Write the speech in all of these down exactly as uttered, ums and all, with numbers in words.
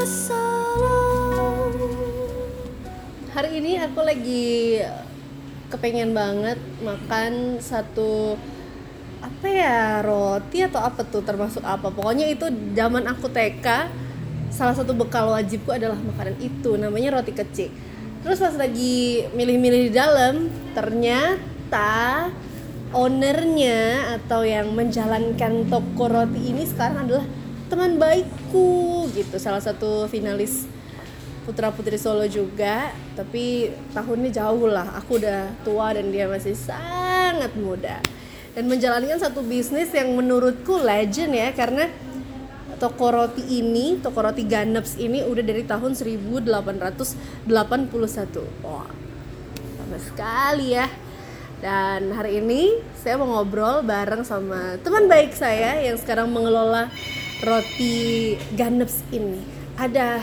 Wassalam. Hari ini aku lagi kepengen banget makan satu apa ya, roti atau apa tuh, termasuk apa, pokoknya itu zaman aku T K salah satu bekal wajibku adalah makanan itu, namanya roti kecik. Terus pas lagi milih-milih di dalam, ternyata ownernya atau yang menjalankan toko roti ini sekarang adalah teman baikku gitu, salah satu finalis Putra Putri Solo juga, tapi tahunnya jauh lah, aku udah tua dan dia masih sangat muda dan menjalankan satu bisnis yang menurutku legend ya, karena toko roti ini, toko roti Ganeps ini udah dari tahun seribu delapan ratus delapan puluh satu. Wah, lama sekali ya. Dan hari ini saya mau ngobrol bareng sama teman baik saya yang sekarang mengelola roti Ganeps ini. Ada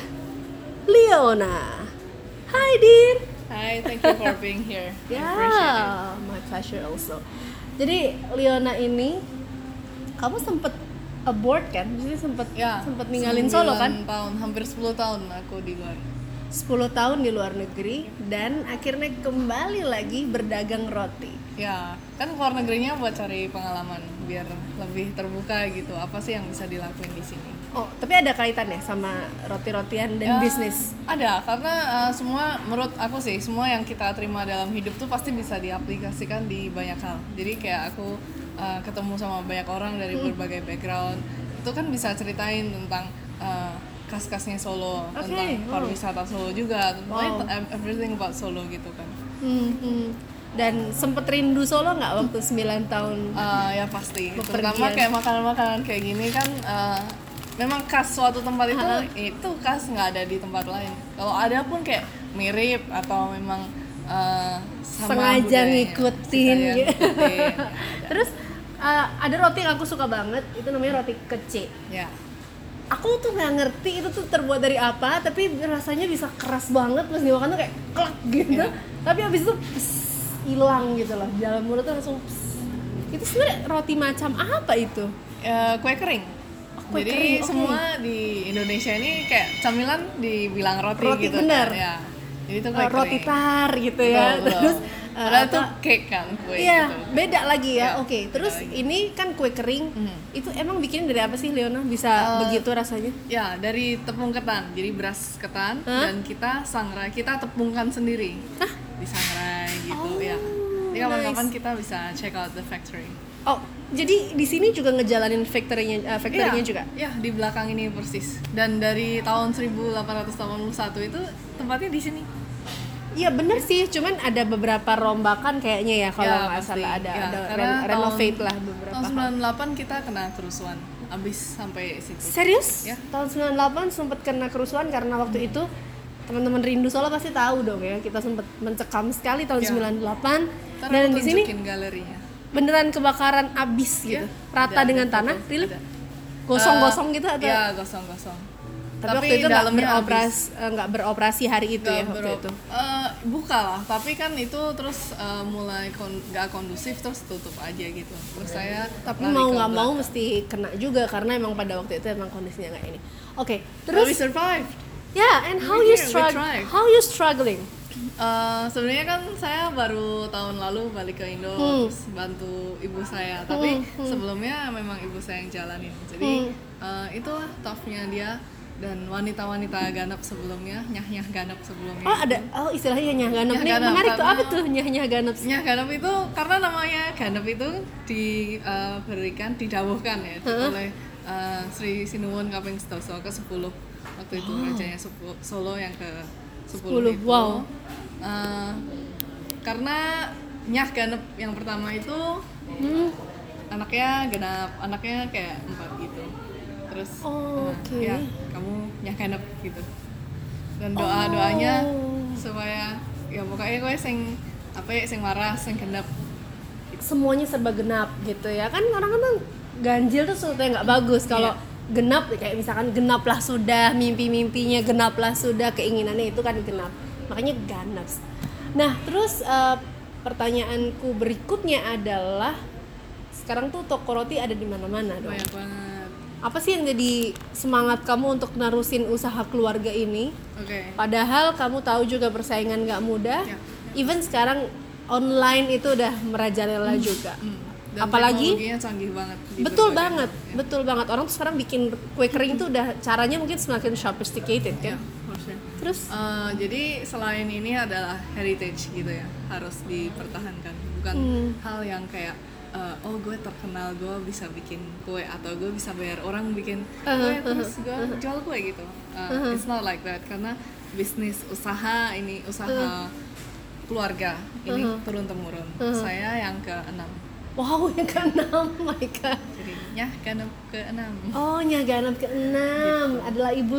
Leona. Hi Din. Hi, thank you for being here. I appreciate Ya, my pleasure also. Jadi Leona ini, kamu sempet abroad kan? Jadi sempet it. Ya, sempet ninggalin Solo kan? sembilan tahun, hampir sepuluh tahun aku di luar. sepuluh tahun di luar negeri dan akhirnya kembali lagi berdagang roti. Ya, kan keluar negerinya buat cari pengalaman biar lebih terbuka gitu. Apa sih yang bisa dilakuin di sini? Oh, tapi ada kaitannya sama roti-rotian dan Ya, bisnis? Ada, karena uh, semua menurut aku sih, semua yang kita terima dalam hidup tuh pasti bisa diaplikasikan di banyak hal. Jadi kayak aku uh, ketemu sama banyak orang dari Hmm. berbagai background, itu kan bisa ceritain tentang uh, khas-khasnya Solo, Okay, tentang wow. pariwisata Solo juga, Wow. tentang everything about Solo gitu kan. Hmm, hmm. Dan sempet rindu Solo nggak waktu sembilan tahun? Uh, ya pasti, Bepergian. terutama kayak makanan-makanan kayak gini kan uh, memang khas suatu tempat itu, Ha-ha. itu khas nggak ada di tempat lain. Kalau ada pun kayak mirip atau memang uh, sama Sengaja budayanya. ngikutin Sengaja gitu. ngikutin, ya ada. Terus uh, ada roti yang aku suka banget, itu namanya roti kecik. Ya. Aku tuh nggak ngerti itu tuh terbuat dari apa, tapi rasanya bisa keras banget pas dimakan tuh kayak klak gitu. Iya. Tapi abis itu pss, hilang gitu loh, di dalam mulut tuh langsung pss. Itu sebenarnya roti macam apa itu? Ya, kue kering. kue Jadi kering, oke. semua di Indonesia ini kayak camilan dibilang roti, Roti, gitu bener. kan. Ya. Jadi itu kue Uh, kering. roti tar gitu ya. Betul, betul. Terus uh, Padahal itu apa- cake kan, kue Iya, gitu. beda lagi ya. Ya, Oke, beda terus lagi. ini kan kue kering. Mhm. Itu emang bikin dari apa sih, Leona? Bisa Uh, begitu rasanya? Ya, dari tepung ketan. Jadi beras ketan. Hah? Dan kita sangrai, kita tepungkan sendiri. Hah? Disangrai gitu Oh, ya. Jadi kapan-kapan nice. kita bisa check out the factory. Oh, jadi di sini juga ngejalanin factory-nya uh, factory-nya Iya, juga. Iya, di belakang ini persis. Dan dari tahun seribu delapan ratus delapan puluh satu itu tempatnya di sini. Iya bener sih, cuman ada beberapa rombakan kayaknya ya kalau Ya, nggak pasti. salah ada, Ya, ada karena ren- tahun- renovate lah beberapa Tahun hal. sembilan puluh delapan kita kena kerusuhan. Abis sampai situ. Serius? Ya. Tahun sembilan puluh delapan sempat kena kerusuhan karena waktu itu teman-teman Rindu Solo pasti tahu dong ya, kita sempat mencekam sekali tahun Ya. sembilan puluh delapan. Ntar Dan aku di sini tunjukin galerinya. beneran kebakaran abis gitu, Ya, rata ada- dengan ada tanah, foto, really? ada. Gosong-gosong Eh, gitu atau? Iya, gosong-gosong. Tapi, waktu itu nggak dalamnya beroperasi, eh, nggak beroperasi hari itu ya Nggak waktu bero- itu. eh, buka lah, tapi kan itu terus eh, mulai kon- nggak kondusif, terus tutup aja gitu. Terus saya Tapi lari mau ke nggak mau belakang. mesti kena juga karena emang pada waktu itu emang kondisinya nggak ini. Oke, But terus we survived. ya, and how We you here, we struggle? tried. How you struggling? Eh, sebenarnya kan saya baru tahun lalu balik ke Indo, Hmm. terus bantu ibu saya. Tapi Hmm, hmm. sebelumnya memang ibu saya yang jalanin. Jadi eh, itulah toughnya dia dan wanita-wanita ganap sebelumnya, nyah-nyah ganap sebelumnya. Oh ada, oh istilahnya nyah ganap. Nyah Ini ganap, menarik tuh, karena- apa tuh nyah nyah ganap? Nyah ganap itu karena namanya ganap itu diberikan, didawuhkan ya oleh eh, Sri Sinuwun Kaping Sedoso ke sepuluh waktu itu rajanya Supu- Solo yang ke sepuluh sepuluh, itu. wow. Eh, karena nyah ganap yang pertama itu Hmm. anaknya genap, anaknya kayak empat gitu. Terus Oh, eh, oke. ya kamu nyah ganap gitu. Dan doa doanya Oh. supaya ya pokoknya gue sing apa ya sing waras sing genap. Semuanya serba genap gitu ya kan, orang kan ganjil tuh sesuatu yang nggak bagus kalau Iya. genap kayak misalkan genaplah sudah mimpi-mimpinya, genaplah sudah keinginannya, itu kan genap, makanya ganap. Nah terus eh, pertanyaanku berikutnya adalah sekarang tuh toko roti ada di mana-mana dong. Banyak banget. Apa sih yang jadi semangat kamu untuk nerusin usaha keluarga ini? Oke. Padahal kamu tahu juga persaingan nggak mudah. Ya. Even sekarang online itu udah merajalela juga. Hmm. Dan Apalagi teknologinya canggih banget. di betul berbagai banget, hal, ya. betul banget. Orang tuh sekarang bikin kue kering tuh udah caranya mungkin semakin sophisticated Ya, kan. for sure. Terus Eh, jadi selain ini adalah heritage gitu ya, harus dipertahankan. Bukan Hmm. hal yang kayak eh, oh gue terkenal, gue bisa bikin kue atau gue bisa bayar orang bikin kue terus gue jual kue gitu. Eh, It's not like that karena bisnis usaha ini usaha keluarga ini turun temurun. Saya yang keenam. wow, yang keenam, oh my god. Jadi ya keenam keenam. Oh, nyaganap keenam adalah Ibu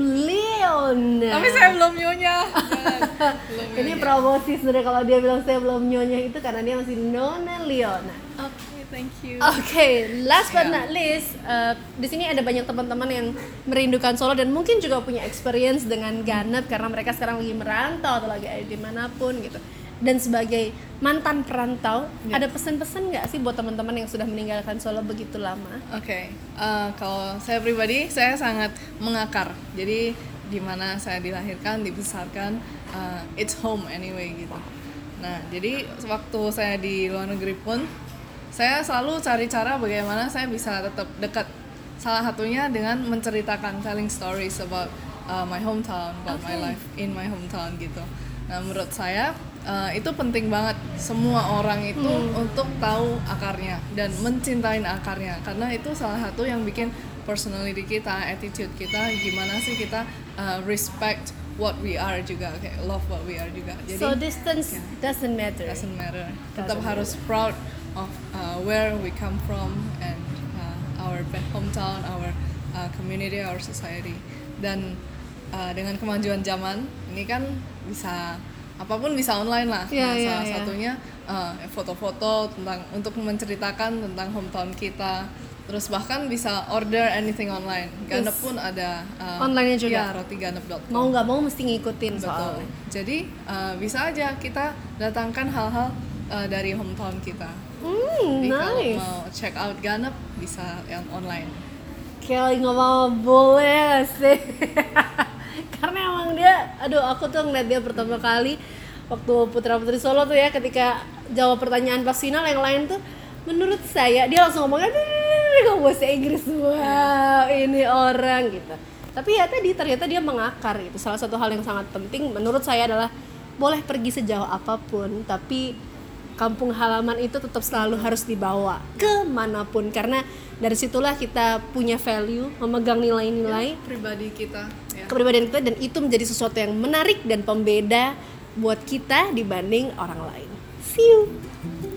Leona. Tapi saya belum nyonya. Jangan. Belum Ini nyonya. promosi sebenarnya kalau dia bilang saya belum nyonya itu karena dia masih Nona Leona. Oke, thank you. Oke, last but Ya. not least, uh, di sini ada banyak teman-teman yang merindukan Solo dan mungkin juga punya experience dengan Ganep karena mereka sekarang lagi merantau atau lagi ada dimanapun gitu. Dan sebagai mantan perantau, Ya. ada pesan-pesan nggak sih buat teman-teman yang sudah meninggalkan Solo begitu lama? Oke, eh, kalau saya pribadi, saya sangat mengakar. Jadi di mana saya dilahirkan, dibesarkan, eh, it's home anyway gitu. Nah, jadi waktu saya di luar negeri pun, saya selalu cari cara bagaimana saya bisa tetap dekat. Salah satunya dengan menceritakan, telling stories about uh, my hometown, about my Okay. life in my hometown gitu. Nah, menurut saya uh, itu penting banget semua orang itu untuk tahu akarnya dan mencintai akarnya karena itu salah satu yang bikin personality kita, attitude kita, gimana sih kita uh, respect what we are juga, kayak love what we are juga. Jadi So distance ya. doesn't matter. doesn't matter. Tetap Doesn't harus proud of uh, where we come from and uh, our ba- hometown, our uh, community, our society. Dan uh, dengan kemajuan zaman ini kan bisa apapun bisa online lah. Iya, Nah, iya, salah iya. satunya uh, foto-foto tentang untuk menceritakan tentang hometown kita. Terus bahkan bisa order anything online. Ganep Yes. pun ada uh, Online-nya juga? Ya, roti ganep dot com. Mau nggak mau mesti ngikutin Betul. soalnya. Jadi uh, bisa aja kita datangkan hal-hal uh, dari hometown kita. Hmm, Jadi kalau nice. mau check out Ganep bisa yang online. Kelly nggak mau boleh sih. Karena emang dia, aduh aku tuh ngeliat dia pertama kali waktu Putra Putri Solo tuh ya, ketika jawab pertanyaan pas final yang lain tuh, menurut saya dia langsung ngomongnya ngomong bahasa Inggris, wow ini orang gitu. Tapi ya tadi ternyata dia mengakar gitu. Salah satu hal yang sangat penting menurut saya adalah boleh pergi sejauh apapun, tapi kampung halaman itu tetap selalu harus dibawa kemanapun karena dari situlah kita punya value, memegang nilai-nilai Pribadi kita ya. kepribadian kita dan itu menjadi sesuatu yang menarik dan pembeda buat kita dibanding orang lain. See you.